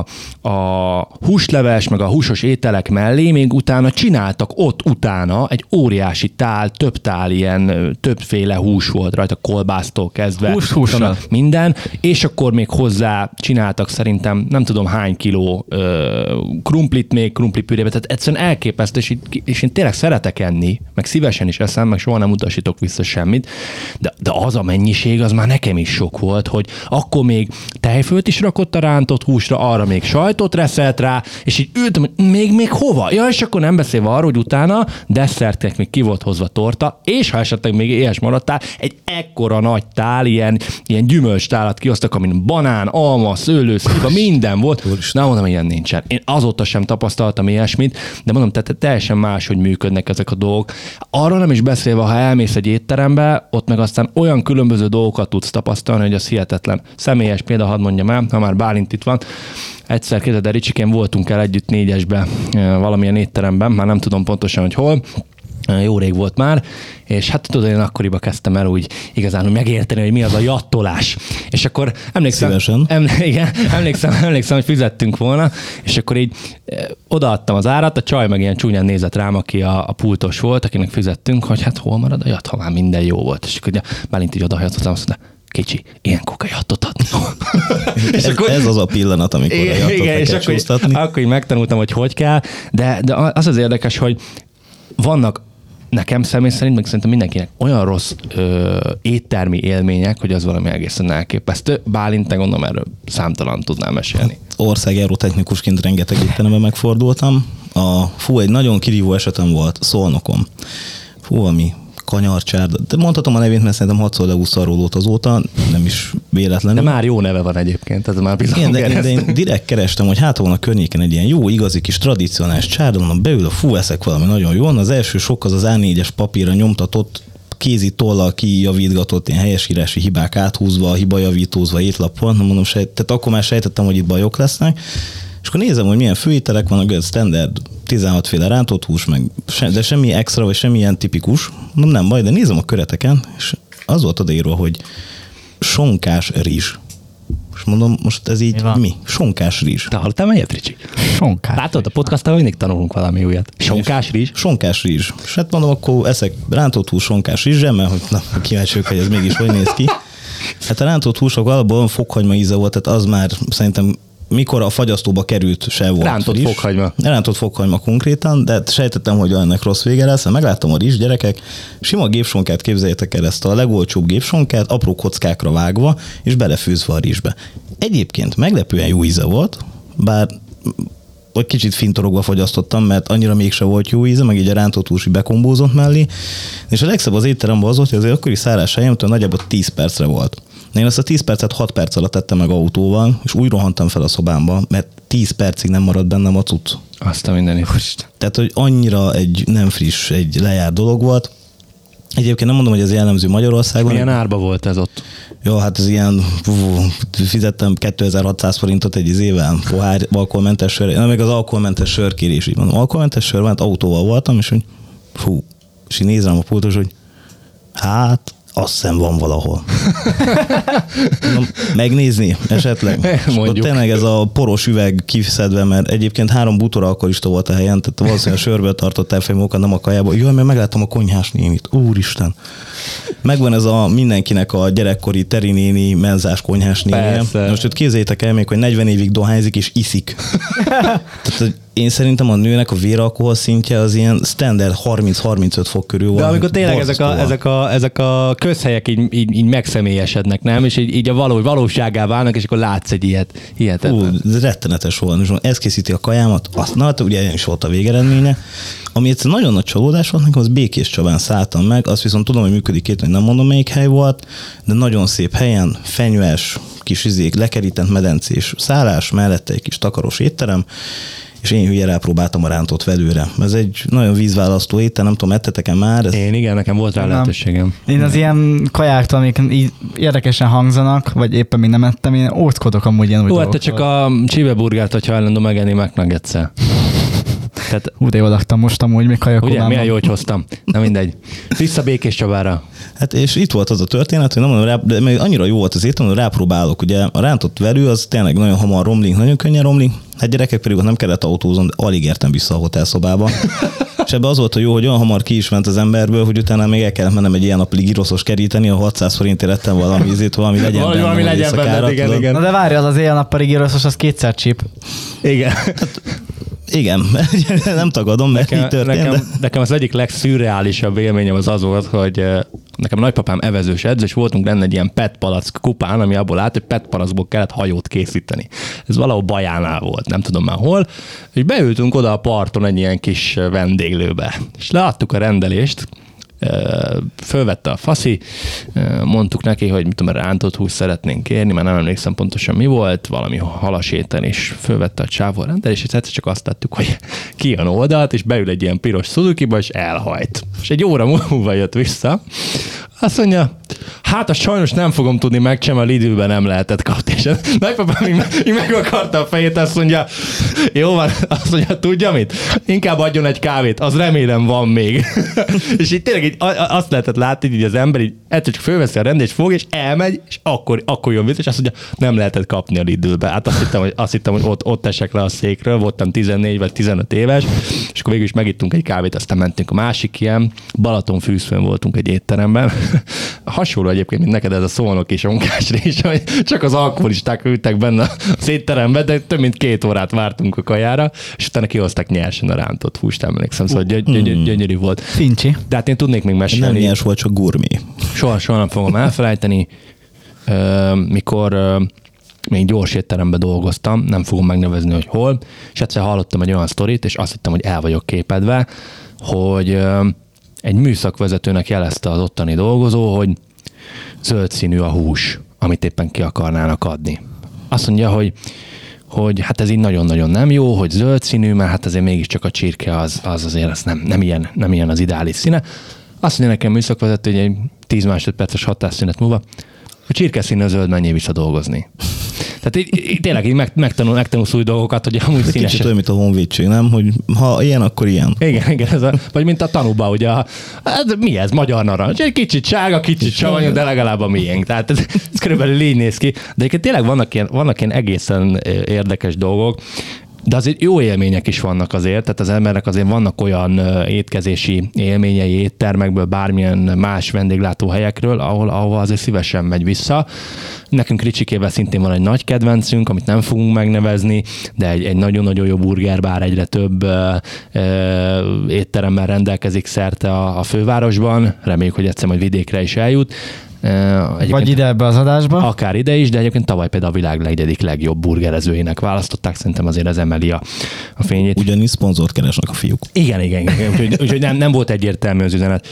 a húsleves, meg a húsos ételek mellé még utána csináltak ott utána egy óriási tál, több tál ilyen, többféle hús volt rajta, kolbásztól kezdve. Hús, hússal. Minden, és akkor még hozzá csináltak szerintem nem tudom hány kiló ö, krumplit még, krumplipürébe, tehát egyszerűen elképesztő, és, és én tényleg szeretek enni, meg szívesen is eszem, meg soha nem utasítok vissza semmit, de, de az a mennyiség, az már nekem is sok volt, hogy akkor még tejfölt is rakott a rántott húsra, arra még sajtot reszelt rá, és így ültem, hogy még, még hova? Ja, és akkor nem beszélve arról, hogy utána desszertnek még ki volt hozva torta, és ha esetleg még éhes maradtál, egy ekkora nagy tál, ilyen, ilyen gyümölcstálat kihoztak, amin banán, alma, szőlő, szilva, minden volt. Nem mondom, hogy ilyen nincsen. Én azóta sem tapasztaltam ilyesmit, de mondom, tehát teljesen más, hogy működnek ezek a dolgok. Arra nem is beszélve, ha elmész egy étterembe, ott meg aztán olyan különböző dolgokat tudsz tapasztalni, hogy az hihetetlen. Személyes példa, hadd mondjam el, ha már Bálint itt van. Egyszer képzeld el, Ricsikén voltunk el együtt négyesbe valamilyen étteremben, már nem tudom pontosan, hogy hol. Jó rég volt már, és hát tudod, én akkoriban kezdtem el úgy igazán hogy megérteni, hogy mi az a jattolás. És akkor emlékszem, em, igen, emlékszem, emlékszem, hogy fizettünk volna, és akkor így e, odaadtam az árat, a csaj meg ilyen csúnyán nézett rám, aki a, a pultos volt, akinek fizettünk, hogy hát hol marad a jatt, ha már minden jó volt. És akkor ugye Bálint így odahajatott, azt mondta, kicsi, ilyenkor kell jattot adni. és ez, akkor, ez az a pillanat, amikor igen, a jattot igen, és akkor, így, akkor így megtanultam, hogy hogy kell, de, de az az érdekes, hogy vannak nekem személy szerint, meg szerintem mindenkinek olyan rossz ö, éttermi élmények, hogy az valami egészen elképesztő. Bálint, te gondolom, erről számtalan tudnám mesélni. Ország aerotechnikusként rengeteg étteremben megfordultam. A, fú, egy nagyon kirívó esetem volt Szolnokon. Fú, ami kanyarcsárda. De mondhatom a nevét, mert szerintem hatszor leúszta a rólót azóta, nem is véletlenül. De már jó neve van egyébként, ez már bizony. De, de én direkt kerestem, hogy hát van a környéken egy ilyen jó, igazi kis tradicionális csárda, mondom, beül a fú, eszek valami nagyon jó. Az első sok az az á négyes papírra nyomtatott, kézi tollal kijavítgatott, ilyen helyesírási hibák áthúzva, hibajavítózva étlapon. Mondom, sejt, tehát akkor már sejtettem, hogy itt bajok lesznek. És akkor nézem, hogy milyen főételek vannak, ez standard tizenhat féle rántott hús, meg se, de semmi extra, vagy semmi ilyen tipikus. Mondom, nem baj, de nézem a köreteken, és az volt odaírva, hogy sonkás rizs. És mondom, most ez így mi? mi? Sonkás rizs. Te hallottál melyet, Ricsi? Sonkás. Látod, a podcasttal mindig tanulunk valami újat. Sonkás rizs? Sonkás rizs. És hát mondom, akkor eszek rántott hús sonkás rizsre, mert hogy na, kíváncsiak, hogy ez mégis hogy néz ki. Hát a rántott húsok alapból fokhagyma íze volt, tehát az már szerintem mikor a fagyasztóba került, se volt. Rántott rizs. fokhagyma. Rántott fokhagyma konkrétan, de sejtettem, hogy ennek rossz vége lesz. Megláttam a rizs, gyerekek, sima gépsonkát, képzeljétek el ezt a legolcsóbb gépsonkát, apró kockákra vágva, és belefőzve a rizsbe. Egyébként meglepően jó íze volt, bár egy kicsit fintorogva fogyasztottam, mert annyira mégse volt jó íze, meg így a rántott hús bekombózott mellé. És a legszebb az étteremben az volt, hogy azért akkori szárás helyemtől nagyjából tíz percre volt. Én azt a tíz percet hat perc alatt tettem meg autóval, és úgy rohantam fel a szobámba, mert tíz percig nem maradt bennem a cucc. Azt a mindenit. Tehát, hogy annyira egy nem friss, egy lejárt dolog volt. Egyébként nem mondom, hogy ez jellemző Magyarországon. Milyen árba volt ez ott? Jó, hát ez ilyen, fizettem kétezer-hatszáz forintot egy izével, pohár alkoholmentes sör, nem, még az alkoholmentes sörkérés, így mondom, alkoholmentes sör, mert autóval voltam, és hogy fú, és így nézem a pultos, hogy hát, azt hiszem van valahol. Mondom, megnézni esetleg. Mondjuk. Tényleg ez a poros üveg kiszedve, mert egyébként három bútor alkoholista volt a helyen, tehát valószínűleg a sörből tartották fel magukat, nem a kajába. Jaj, mert megláttam a konyhás nénit. Úristen. Megvan ez a mindenkinek a gyerekkori teri néni, menzás konyhás néni. Most ott képzeljétek el még, hogy negyven évig dohányzik és iszik. Tehát, én szerintem a nőnek a véralkohol szintje az ilyen standard harminc-harmincöt fok körül van. De amikor tényleg ezek a, ezek, a, ezek a közhelyek így, így, így megszemélyesednek, nem? És így, így a való, valóságá válnak, és akkor látsz egy ilyet. ilyet Hú, ez rettenetes volt. Ez készíti a kajámat, azt, na, hát ugye ilyen is volt a végeredménye. Ami egyszer nagyon nagy csalódás volt nekem, az Békés Csabán szálltam meg, azt viszont tudom, hogy működik két, hogy nem mondom, melyik hely volt, de nagyon szép helyen, fenyves, kis izék, lekerített medencés szállás, mellette egy kis takaros étterem, és én hülye rápróbáltam a rántott velőre. Ez egy nagyon vízválasztó étel, nem tudom, ettetek-e már? Ez... Én igen, nekem volt rá lehetőségem. Én az ilyen kajáktól, amik így érdekesen hangzanak, vagy éppen még nem ettem, én óckodok amúgy ilyen új Ó, hát te csak a csíveburgert, hogyha ellendu megenni McNuggets-szel. Tehát, Hú, de jól laktam most amúgy, még kajakolámban. ugye, milyen jó, hogy hoztam. Na mindegy. Vissza Békés Csabára. Hát és itt volt az a történet, hogy nem mondom, rá, de még annyira jó volt az étel, hogy rápróbálok. Ugye a rántott velő az tényleg nagyon hamar romlik, nagyon könnyen romlik. Hát gyerekek pedig ott nem kellett autózom, de alig értem vissza a hotelszobába. És ebben az volt a jó, hogy olyan hamar ki is ment az emberből, hogy utána még el kellett mennem egy ilyen napig giroszos keríteni, a hatszáz forintért ettem valami ízét, valami legyen valami, benne. Valami legyen benne, igen, igen. Na de várjál, az éjjel-nappali giroszos, az kétszer csíp. Igen. Hát, igen, nem tagadom, mert nekem, így történt. Nekem, de... nekem az egyik legszürreálisabb élményem az az volt, hogy nekem nagypapám evezős edző, és voltunk benne egy ilyen pé é té palack kupán, ami abból állt, hogy pé é té palackból kellett hajót készíteni. Ez valahol Bajánál volt, nem tudom már hol, és beültünk oda a parton egy ilyen kis vendéglőbe, és leadtuk a rendelést, fölvette a faszi, mondtuk neki, hogy mit tudom, rántott húst szeretnénk kérni, mert nem emlékszem pontosan mi volt, valami halaséten, és fölvette a csávó a rendelést, és egyszer csak azt tettük, hogy kijön oldalt, és beül egy ilyen piros Suzukiba, és elhajt. És egy óra múlva jött vissza, azt mondja, hát azt sajnos nem fogom tudni megcsinálni, mert időben nem lehetett kapni. És nagypapám így, így meg akarta a fejét, azt mondja, jó van, azt mondja, tudja mit? Inkább adjon egy kávét, az remélem van még. És így tényleg így azt lehetett látni, hogy az ember így egyszer csak fölveszi a rendet, és fog, és elmegy, és akkor, akkor jön vissza, és azt mondja, nem lehetett kapni a Lidlbe. Hát azt hittem, hogy, azt hittem, hogy ott, ott esek le a székről, voltam tizennégy vagy tizenöt éves, és akkor végül is megittunk egy kávét, aztán mentünk a másik ilyen, Balatonfűzfőn voltunk egy étteremben. Hasonló egyébként, mint neked ez a szolnoki sonkás rizs, hogy csak az alkoholisták ültek benne az étteremben, de több mint két órát vártunk a kajára, és utána kihozták nyersen a rántott húst, emlékszem, szóval gyö- gyö- gyönyörű volt. Fincsi. De hát én tudnék még mesélni. Nem nyers volt, csak gurmé. Soha, soha nem fogom elfelejteni, mikor még gyors étteremben dolgoztam, nem fogom megnevezni, hogy hol, és egyszer hallottam egy olyan sztorit, és azt hittem, hogy el vagyok képedve, hogy egy műszakvezetőnek jelezte az ottani dolgozó, hogy zöld színű a hús, amit éppen ki akarnának adni. Azt mondja, hogy hogy hát ez így nagyon-nagyon nem jó, hogy zöld színű, mert hát azért mégiscsak a csirke az, az azért az nem, nem, ilyen, nem ilyen az ideális színe. Azt mondja nekem műszakvezető, hogy egy tíz másodperces hatásszünet múlva, a csirke színű zöld, menjél vissza dolgozni. Tehát így, így tényleg így megtanul, megtanulsz új dolgokat, hogy amúgy színes. Kicsit olyan, mint a honvédség, nem? Hogy ha ilyen, akkor ilyen. Igen, igen, ez a, vagy mint a tanúba, ugye, a, hát mi ez, magyar narancs, egy kicsit sárga, kicsit savanyú, de legalább a miénk. Tehát ez, ez körülbelül így néz ki. De egyébként tényleg vannak ilyen, vannak ilyen egészen érdekes dolgok, de azért jó élmények is vannak azért, tehát az embernek azért vannak olyan étkezési élményei éttermekből, bármilyen más vendéglátóhelyekről, ahol, ahol azért szívesen megy vissza. Nekünk Ricsikével szintén van egy nagy kedvencünk, amit nem fogunk megnevezni, de egy, egy nagyon-nagyon jó burgerbár, egyre több ö, ö, étteremmel rendelkezik szerte a, a fővárosban. Reméljük, hogy egyszer majd vidékre is eljut. Egyébként vagy ide ebbe az adásba? Akár ide is, de egyébként tavaly például a világ negyedik legjobb burgerezőjének választották, szerintem azért ez emeli a, a fényét. Ugyanis szponzort keresnek a fiúk. Igen, igen, igen. Úgyhogy, úgyhogy nem, nem volt egyértelmű az üzenet.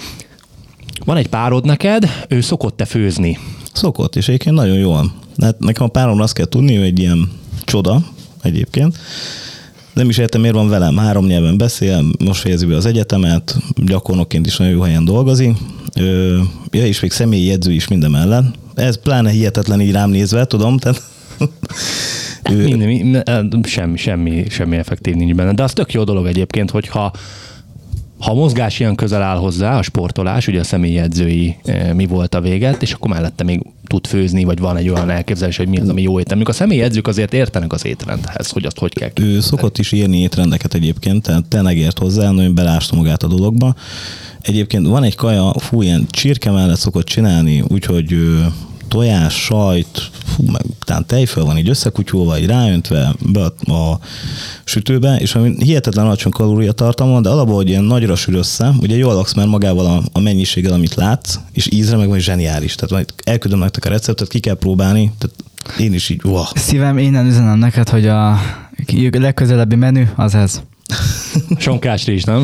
Van egy párod neked, ő szokott-e főzni? Szokott, és egyébként nagyon jól. Hát nekem a párom azt kell tudni, hogy egy ilyen csoda egyébként. Nem is értem, miért van velem. Három nyelven beszél, most fejezi be az egyetemet, gyakornokként is nagyon jó helyen dolgozik. Ö, ja, és még személyi jegyző is mindemellett. Ez pláne hihetetlen így rám nézve, tudom, tehát... ő... Minden, semmi, semmi, semmi effektív nincs benne. De az tök jó dolog egyébként, hogyha ha a mozgás ilyen közel áll hozzá, a sportolás, ugye a személyi edzői mi volt a véget, és akkor mellette még tud főzni, vagy van egy olyan elképzelés, hogy mi az, ami jó étel. Mikor a személyi edzők azért értenek az étrendhez, hogy azt hogy kell kívánni. Ő szokott is írni étrendeket egyébként, tehát tényleg ért hozzá, nagyon belásta magát a dologba. Egyébként van egy kaja, fú, ilyen csirke mellett szokott csinálni, úgyhogy tojás, sajt, fú, meg talán tejföl van így összekutyulva, így ráöntve be a, a sütőbe, és ami hihetetlen alacsony kalóriatartalma, de alapból, hogy ilyen nagyra sül össze, ugye jól laksz már magával a, a mennyiséggel, amit látsz, és ízre meg vagy zseniális. Tehát majd elküldöm nektek a receptet, ki kell próbálni, tehát én is így, wow. Szívem, innen üzenem neked, hogy a legközelebbi menü az ez. Sonkás rizs, nem?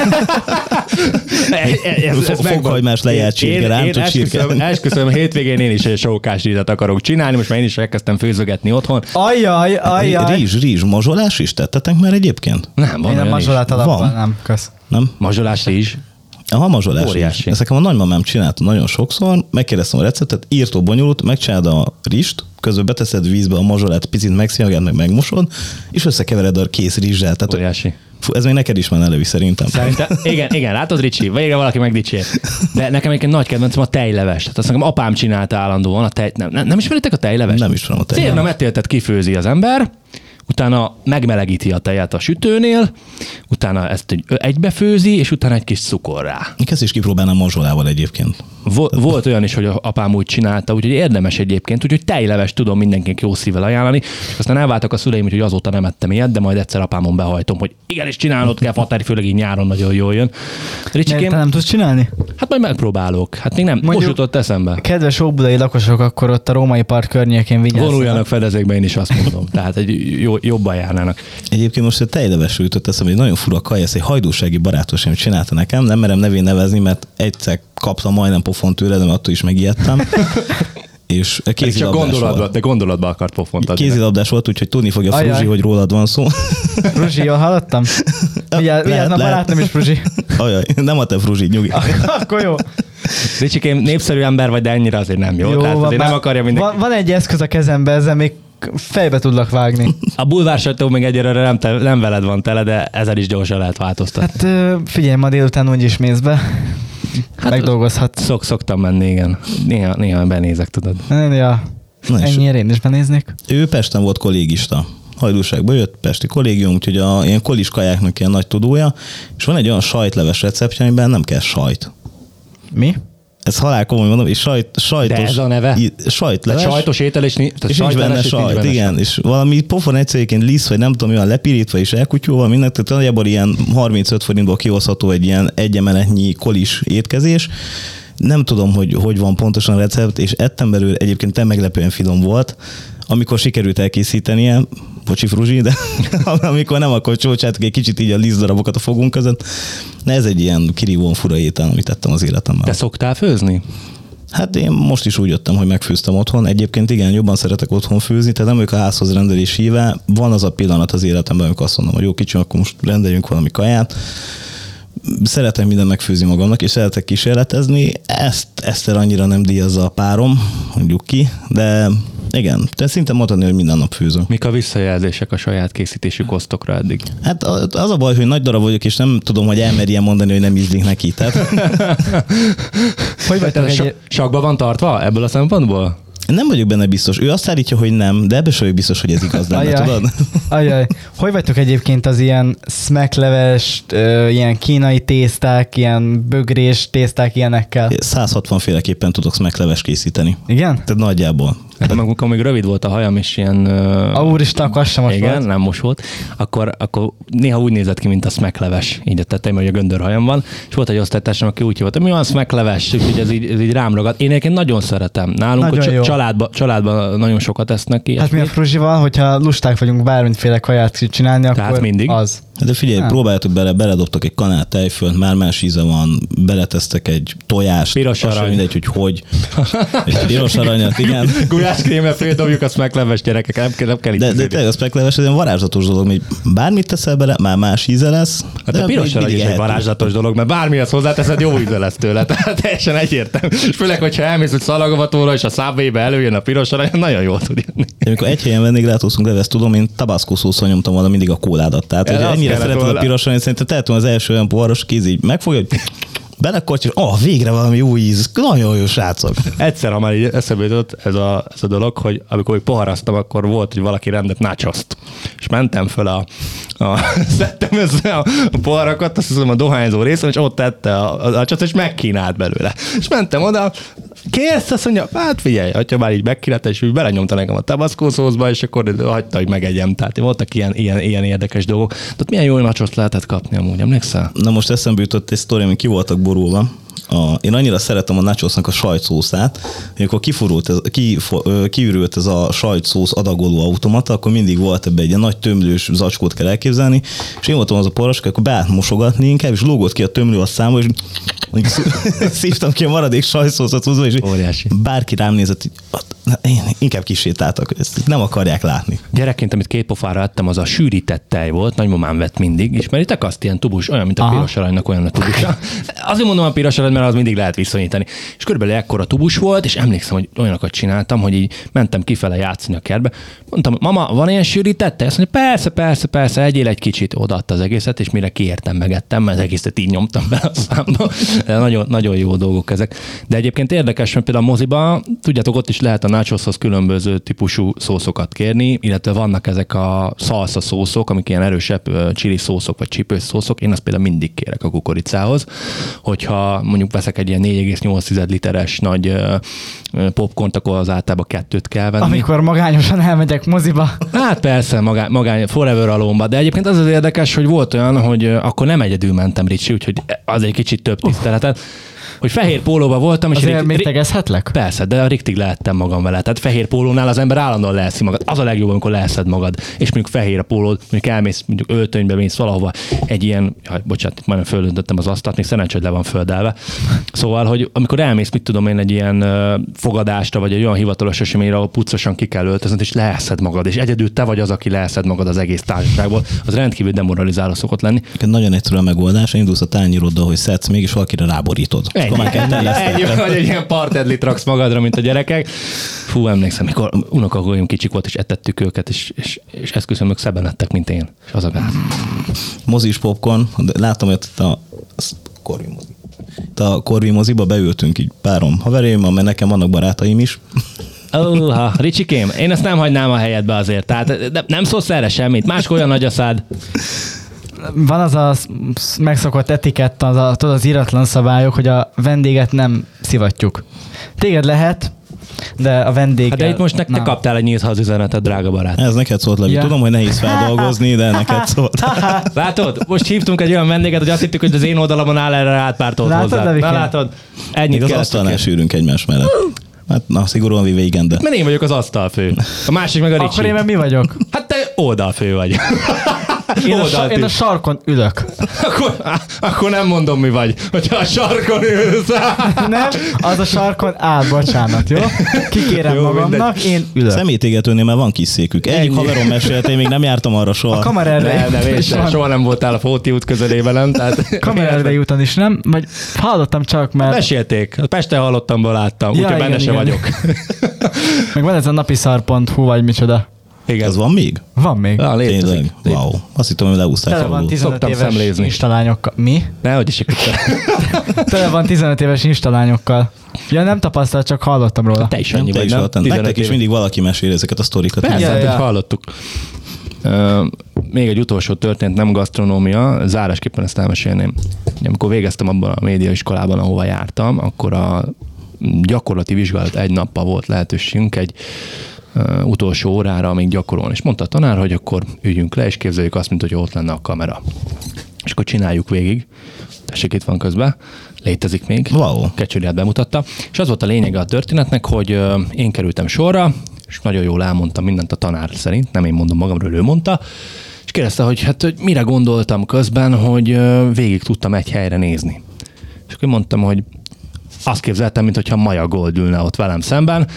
Fokhagymás lejárt csirke, rám tud csirke. Esküszöm, hétvégén én is egy sonkás rizset akarok csinálni, most már én is elkezdtem főzögetni otthon. Ajjaj, ajjaj. Rizs, rizs, mazsolás is tettetek már egyébként? Nem, van. Én a mazsolát alapban nem, kösz. Nem? Mazsolás rizs? Aha, mazsolás rizs. Ezt nekem a nagymamám csinálta nagyon sokszor, megkérdeztem a receptet, írtó bonyolult, megcsinálod a rizst, közben beteszed vízbe a mazsolát, picit megszívjagad, meg megmosod, és összekevered a kész rizssel. Tehát, óriási. Fú, ez még neked is már Levi, szerintem. Szerintem, igen, igen, látod, Ricsi, végre valaki megdicsér. De nekem egyébként nagy kedvencem a tejleves. Tehát azt nekem apám csinálta állandóan a tej... Nem, nem, nem ismeritek a tejlevest? Nem ismerem a tejleves. Cérna metéltet kifőzi az ember, utána megmelegíti a tejet a sütőnél, utána ezt egybefőzi, és utána egy kis cukor rá. Ezt is kipróbálnám mazsolával egyébként. Vol- volt olyan is, hogy apám úgy csinálta, úgyhogy érdemes egyébként, úgyhogy tejleves tudom mindenkinek jó szívvel ajánlani, és aztán elváltak a szüleim, úgyhogy azóta nem ettem ilyet, de majd egyszer apámon behajtom, hogy igenis csinálnod kell, Fatári, főleg így nyáron nagyon jól jön. Ricsikém, te nem tudsz csinálni? Hát majd megpróbálok. Hát még nem, mondjuk, most jutott eszembe. Kedves óbudai lakosok, akkor ott a Római Park környékén vigyázzanak. Vonuljanak fedezékbe, én is azt mondom. Tehát egy jó, jobban járnának. Egyébként most a tejlevesről jutott eszembe, egy nagyon fura kaj, ezt egy hajdúsági barátom sem csinálta nekem, nem merem nevén nevezni, mert egyszer kaptam majdnem pofont tőle, de attól is megijedtem. És csak gondolatban, de gondolatban akart pofont adni. Kézilabdás volt, úgyhogy tudni fogja Ajaj. Fruzsi, hogy rólad van szó. Fruzsi, jól hallottam? Vigyázz, a barátnőm is Fruzsi. Ajaj, nem a te Fruzsi, nyugi. Akkor jó. Ricsikém, népszerű ember vagy, de ennyire azért nem jó. jó Tehát azért nem akarja mindenki. Van, van egy eszköz a kezembe, ezzel még fejbe tudlak vágni. A bulvár sajtó még egyre nem, te, nem veled van tele, de ezzel is gyorsan lehet változtatni. Hát figyelj, ma délután úgyis mész be. Hát megdolgozhat. Szok, szoktam menni, igen. Néha, néha benézek, tudod. Ja. Ennyire én is benéznék. Ő Pesten volt kollégista. Hajdúságba jött, pesti kollégium, úgyhogy a ilyen kolis kajáknak ilyen nagy tudója, és van egy olyan sajtleves receptje, amiben nem kell sajt. Mi? Ez halál komoly mondom, és sajt, sajtos... De ez a neve? Sajtleves. Tehát sajtos étel, és, és nincs benne sajt, igen. Sajt. És valami pofon egyszerűen lisz, vagy nem tudom, olyan lepirítva és elkutyulva, mindent, tehát nagyjából ilyen harmincöt forintból kihozható egy ilyen egyemenetnyi kolis étkezés. Nem tudom, hogy hogy van pontosan a recept, és ettem belőle, egyébként te meglepően finom volt. Amikor sikerült elkészítenie, bocsi Fruzsi, de amikor nem, akkor csócsátok egy kicsit így a lisztdarabokat a fogunk között. De ez egy ilyen kirívóan fura étel, amit tettem az életemben. Te szoktál főzni? Hát én most is úgy jöttem, hogy megfőztem otthon. Egyébként igen, jobban szeretek otthon főzni, tehát nem vagyok a házhoz rendelés híve. Van az a pillanat az életemben, amikor azt mondom, hogy jó kicsi, akkor most rendeljünk valami kaját. Szeretem minden megfőzni magamnak, és szeretek kísérletezni. Ezt, ezt annyira nem díjazza a párom, mondjuk ki, de igen, te szinte mondani, hogy minden nap főzöm. Mik a visszajelzések a saját készítésű kosztokra eddig? Hát az a baj, hogy nagy darab vagyok, és nem tudom, hogy elmerjem mondani, hogy nem ízlik neki. Tehát... Hogy vagy egy... Sakba van tartva ebből a szempontból? Nem vagyok benne biztos. Ő azt állítja, hogy nem, de ebből sem vagyok biztos, hogy ez igaz lenne, ajaj, tudod? Ajaj. Hogy vagytok egyébként az ilyen smack-leves, ilyen kínai tészták, ilyen bögrés tészták ilyenekkel? száz hatvan féleképpen tudok smack-leves készíteni. Igen? Tehát nagyjából. Hát amikor még rövid volt a hajam, és ilyen... A úristen, akkor az sem most igen, volt. nem most volt. Akkor, akkor néha úgy nézett ki, mint a smack-leves. Így a tetején, hogy a göndörhajam van. És volt egy osztálytársam, aki úgy hívott, mi van smack-leves? Úgyhogy ez így, ez így rám ragad. Én egyébként nagyon szeretem. Nálunk nagyon a családban családba nagyon sokat esznek ki. Hát mi a Fruzsival, hogyha lusták vagyunk bármiféle kaját csinálni, tehát akkor mindig. Az. De figyelj, nem. próbáljátok bele, beledobtok egy kanál tejfölt, már más íze van, beletesztek egy tojást. Piros arany. Mindegy, hogy hogy. Egy piros aranyat, igen. Gulyáskrémmel földobjuk a smack-leves gyerekek, nem kell, nem kell De, de tényleg a smack-leves, ez egy varázslatos dolog, hogy bármit teszel bele, már más íze lesz. Hát a piros arany is egy varázslatos dolog, mert bármihez hozzáteszed, jó íze lesz tőle. Tehát teljesen egyértelmű. És főleg, hogyha elmész egy szalagavatóra, és a Subway-be előjön a piros arany, nagyon jól tud jönni. Amikor egy helyen vendéglátózunk le, ezt tudom, én tabasco szószal nyomtam volna mindig a kóládat. Tehát, hogy ennyire szereted a piros arany, szerintem tehetem az első olyan poharos kéz, így megfogja, hogy belekortyol, oh, végre valami jó íz, nagyon jó srácok. Egyszer, ha már így eszembe jutott ez a, ez a dolog, hogy amikor poharaztam, akkor volt, hogy valaki rendett nachoszt. És mentem föl a, a szedtem össze a, a poharakat, azt hiszem a dohányzó részen, és ott tette a, a nachoszt, és megkínált belőle. És mentem oda, kérsz, azt mondja, hát figyelj, hogyha már így megkínálta, és úgy belenyomta nekem a tabasco szószba, és akkor hagyta, hogy megegyem. Tehát voltak ilyen, ilyen, ilyen érdekes dolgok. Tehát milyen jó nachoszt lehetett kapni amúgy, emlékszel? Na most eszembe jutott egy sztori, ami ki voltak borulva. A, én annyira szeretem a nachosnak a sajtszószát, hogy amikor kifurult ez, ki, kiürült ez a sajtszósz adagoló automata, akkor mindig volt ebbe egy ilyen nagy tömlős zacskót kell elképzelni, és én voltam az a paraska, akkor beállt mosogatni inkább, és lógott ki a tömlő a számba, és szívtam ki a maradék sajtszószot húzva, és óriási. Bárki rám nézett, én inkább kisétáltak, ezt nem akarják látni. Gyerekként, amit két pofára ettem, az a sűrített tej volt, nagymamám vett mindig. Ismeritek azt, ilyen tubus, olyan, mint a piros aranynak olyan a tubusa. Azért mondom a piros arany, mert az mindig lehet viszonyítani. És körülbelül ekkora tubus volt, és emlékszem, hogy olyanokat csináltam, hogy így mentem kifele játszani a kertbe. Mondtam, mama, van ilyen sűrített tej? Azt mondja, persze, persze, persze, egyél egy kicsit. Odaadta az egészet, és mire kiértem, megettem, mert az egészet így nyomtam be a számba. Nagyon, nagyon jó dolgok ezek. De egyébként érdekes, hogy például a moziba, tudjátok, ott is lehet a nachoshoz különböző típusú szószokat kérni, illetve vannak ezek a salsa szószok, amik ilyen erősebb chili szószok vagy csípős szószok. Én azt például mindig kérek a kukoricához, hogyha mondjuk veszek egy ilyen négy egész nyolc literes nagy popcornt, akkor az általában kettőt kell venni. Amikor magányosan elmegyek moziba. Hát persze, magány, magány forever alone-ba, de egyébként az az érdekes, hogy volt olyan, hogy akkor nem egyedül mentem, Ricsi, úgyhogy az egy kicsit több tiszteletet. Hogy fehér pólóba voltam, és azért még tegezhetlek? Persze, de riktig lehettem magam vele. Tehát fehér pólónál az ember állandóan leeszi magad. Az a legjobb, amikor leeszed magad. És mondjuk fehér a pólód, mondjuk elmész, mondjuk öltönybe mész valahova, egy ilyen, jaj, bocsánat, itt majdnem földöntöttem az asztalt, még szerencsé, hogy le van földelve. Szóval, hogy amikor elmész, mit tudom én, egy ilyen uh, fogadásra, vagy egy olyan hivatalos eseményre, ahol puccosan ki kell öltöznöd, és leeszed magad, és egyedül te vagy az, aki leeszed magad az egész társaságból, az rendkívül demoralizáló szokott lenni. Nagyon egyszerű a megoldás, indulsz a tányéroddal, hogy szedsz még, és valakire ráborítod. Ennyi, vagy egy ilyen partedlit raksz magadra, mint a gyerekek. Fú, emlékszem, mikor unokahúgim kicsik volt, és etettük őket, és, és, és esküszöm, ők szebben lettek, mint én. És az a gáz. Mozis popcorn, látom, hogy a, a Corvi mozi. A Corvi moziba beültünk így párom haverém, mert nekem vannak barátaim is. Óha, Ricsikém, én ezt nem hagynám a helyedbe azért. Tehát nem szólsz erre semmit, máskor olyan nagy a szád. Van az a megszokott etikett, az, a, tudod, az íratlan szabályok, hogy a vendéget nem szivatjuk. Téged lehet, de a vendéggel... Hát de itt most ne, te kaptál egy nyílt hazüzenetet, drága barát. Ez neked szólt, Levi. Ja. Tudom, hogy nehéz feldolgozni, de neked szólt. Látod? Most hívtunk egy olyan vendéget, hogy azt hittük, hogy az én oldalamon áll, erre átpártolt hozzá. Na látod? Ennyit az asztalnál sűrünk egymás mellett. Hát na, szigorúan véve igen, de... Mert én vagyok az asztalfő. A másik meg a Ricsi. Akkor én meg mi vagyok? Hát te Oldalfő vagy. Én a, sa- én a sarkon ülök. Akkor, akkor nem mondom, mi vagy, hogyha a sarkon ülsz. Nem, az a sarkon áll, bocsánat, jó? Kikérem Jó, magamnak, én ülök. Szemétégetőnél már van kis székük. Egyik Ennyi. haverom mesélte, én még nem jártam arra soha. A kamererdei Nem, nem, én is sem, van. soha nem voltál a Fóti út közelében, nem? Tehát... Kamererdei úton is nem, vagy hallottam csak, mert Mesélték. Pesten hallottam, láttam, Ja, úgyhogy benne igen, se igen. vagyok. meg van ez a napiszar pont hu, vagy micsoda. Igen. Ez van még? Van még. Ah, létezik. Tényleg? Wow. Azt hittem, hogy leúzták Tele van alul. tizenöt Szoktam éves szemlézni. instalányokkal. Mi? Nehogy is Tele van tizenöt éves instalányokkal. Ja, nem tapasztalt, csak hallottam róla. Te is Nem, annyi te vagy, is nem? hallottad. tizenöt Nektek is éves. mindig valaki mesél ezeket a sztorikat. Persze, Ja, hát, ja. hogy hallottuk. Uh, még egy utolsó történet, nem gasztronómia, zárásképpen ezt elmesélném. Amikor végeztem abban a médiaiskolában, ahova jártam, akkor a gyakorlati vizsgálat egy nappal volt lehetőségünk egy uh, utolsó órára még gyakorolni. És mondta a tanár, hogy akkor üljünk le, és képzeljük azt, mint hogy ott lenne a kamera. És akkor csináljuk végig. Tessék, itt van közben. Létezik még. Wow. Kecsőriát bemutatta. És az volt a lényege a történetnek, hogy uh, én kerültem sorra, és nagyon jól elmondtam mindent a tanár szerint, nem én mondom magamról, ő mondta, és kérdezte, hogy hát hogy mire gondoltam közben, hogy uh, végig tudtam egy helyre nézni. És akkor mondtam, hogy azt képzeltem, mintha Maja Gold ülne ott velem szemben.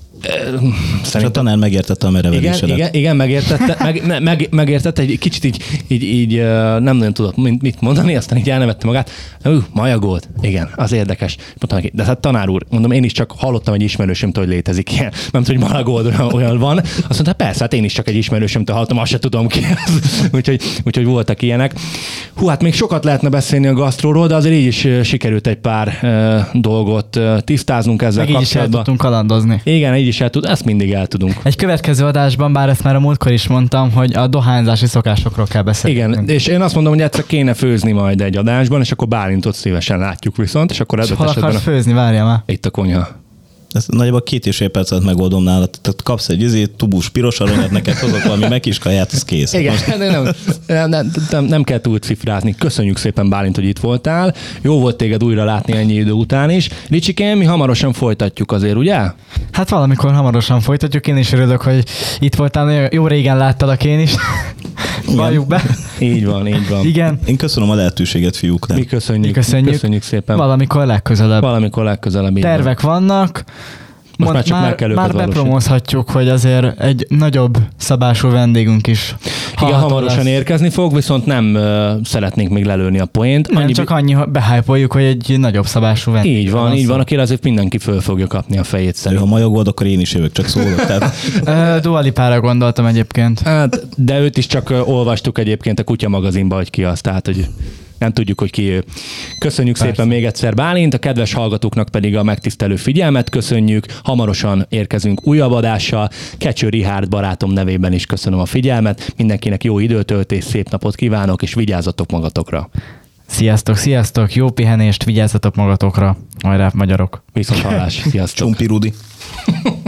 És a tanár megértette a merevedésedet. Igen, igen, igen, megértette, meg, meg, megértette, egy kicsit így, így, így nem nagyon tudott mit mondani, aztán így elnevette magát. Ú, Maja Gold, igen, az érdekes. Mondtam neki, de hát tanár úr, mondom, én is csak hallottam egy ismerősömtől, hogy létezik ilyen, nem tudom, hogy Maja Gold olyan van. Azt mondta, persze, hát én is csak egy ismerősömtől hallottam, azt se tudom ki. úgyhogy, úgyhogy voltak ilyenek. Hú, hát még sokat lehetne beszélni a gasztróról, de azért így is sikerült egy pár uh, dolgot uh, tisztáznunk ezzel Meg így is el kapcsolatban. tudtunk kalandozni. Igen, így is el tud, ezt mindig el tudunk. Egy következő adásban, bár ezt már a múltkor is mondtam, hogy a dohányzási szokásokról kell beszélni. Igen, és én azt mondom, hogy egyszer kéne főzni majd egy adásban, és akkor Bálintot szívesen látjuk viszont, és akkor És ebben hol esetben akarsz a... főzni, várjál már. itt a konyha. Ezt nagyjából két és fél percet megoldom nálad. Tehát kapsz egy izét, tubus piros aranyat, neked hozok valami megkiskaját, az kész. Igen, de nem, nem, nem, nem, nem kell túl cifrázni. Köszönjük szépen, Bálint, hogy itt voltál. Jó volt téged újra látni ennyi idő után is. Ricsikém, mi hamarosan folytatjuk azért, ugye? Hát valamikor hamarosan folytatjuk, én is örülök, hogy itt voltál, jó régen láttalak én is. Valljuk be. Így van, így van. Igen, Én köszönöm a lehetőséget, fiúk. Nem. Mi köszönjük, Mi köszönjük. köszönjük szépen. valamikor legközelebb. Valamikor legközelebb. így van. Tervek vannak. Most már csak már, meg kell őket már valósítani. bepromózhatjuk, hogy azért egy nagyobb szabású vendégünk is. Igen, hallható hamarosan lesz. érkezni fog, viszont nem uh, szeretnénk még lelőni a poént. Nem, csak annyi, hogy behypoljuk, hogy egy nagyobb szabású vendég. Így van, így van, akire azért mindenki föl fogja kapni a fejét Ha szerint. majogold, akkor én is jövök, csak szólok. Tehát Uh, Dua Lipára gondoltam egyébként. Hát, de őt is csak uh, olvastuk egyébként a Kutya magazinba, hogy ki az, tehát hogy nem tudjuk, hogy ki ő. Köszönjük Persze. szépen még egyszer Bálint, a kedves hallgatóknak pedig a megtisztelő figyelmet köszönjük. Hamarosan érkezünk újabb adással. Kecső Richárd barátom nevében is köszönöm a figyelmet. Mindenkinek jó időtöltés, szép napot kívánok, és vigyázzatok magatokra. Sziasztok, sziasztok, jó pihenést, vigyázzatok magatokra. Hajrá, magyarok! Viszont hallás, sziasztok! Csompi Rudi.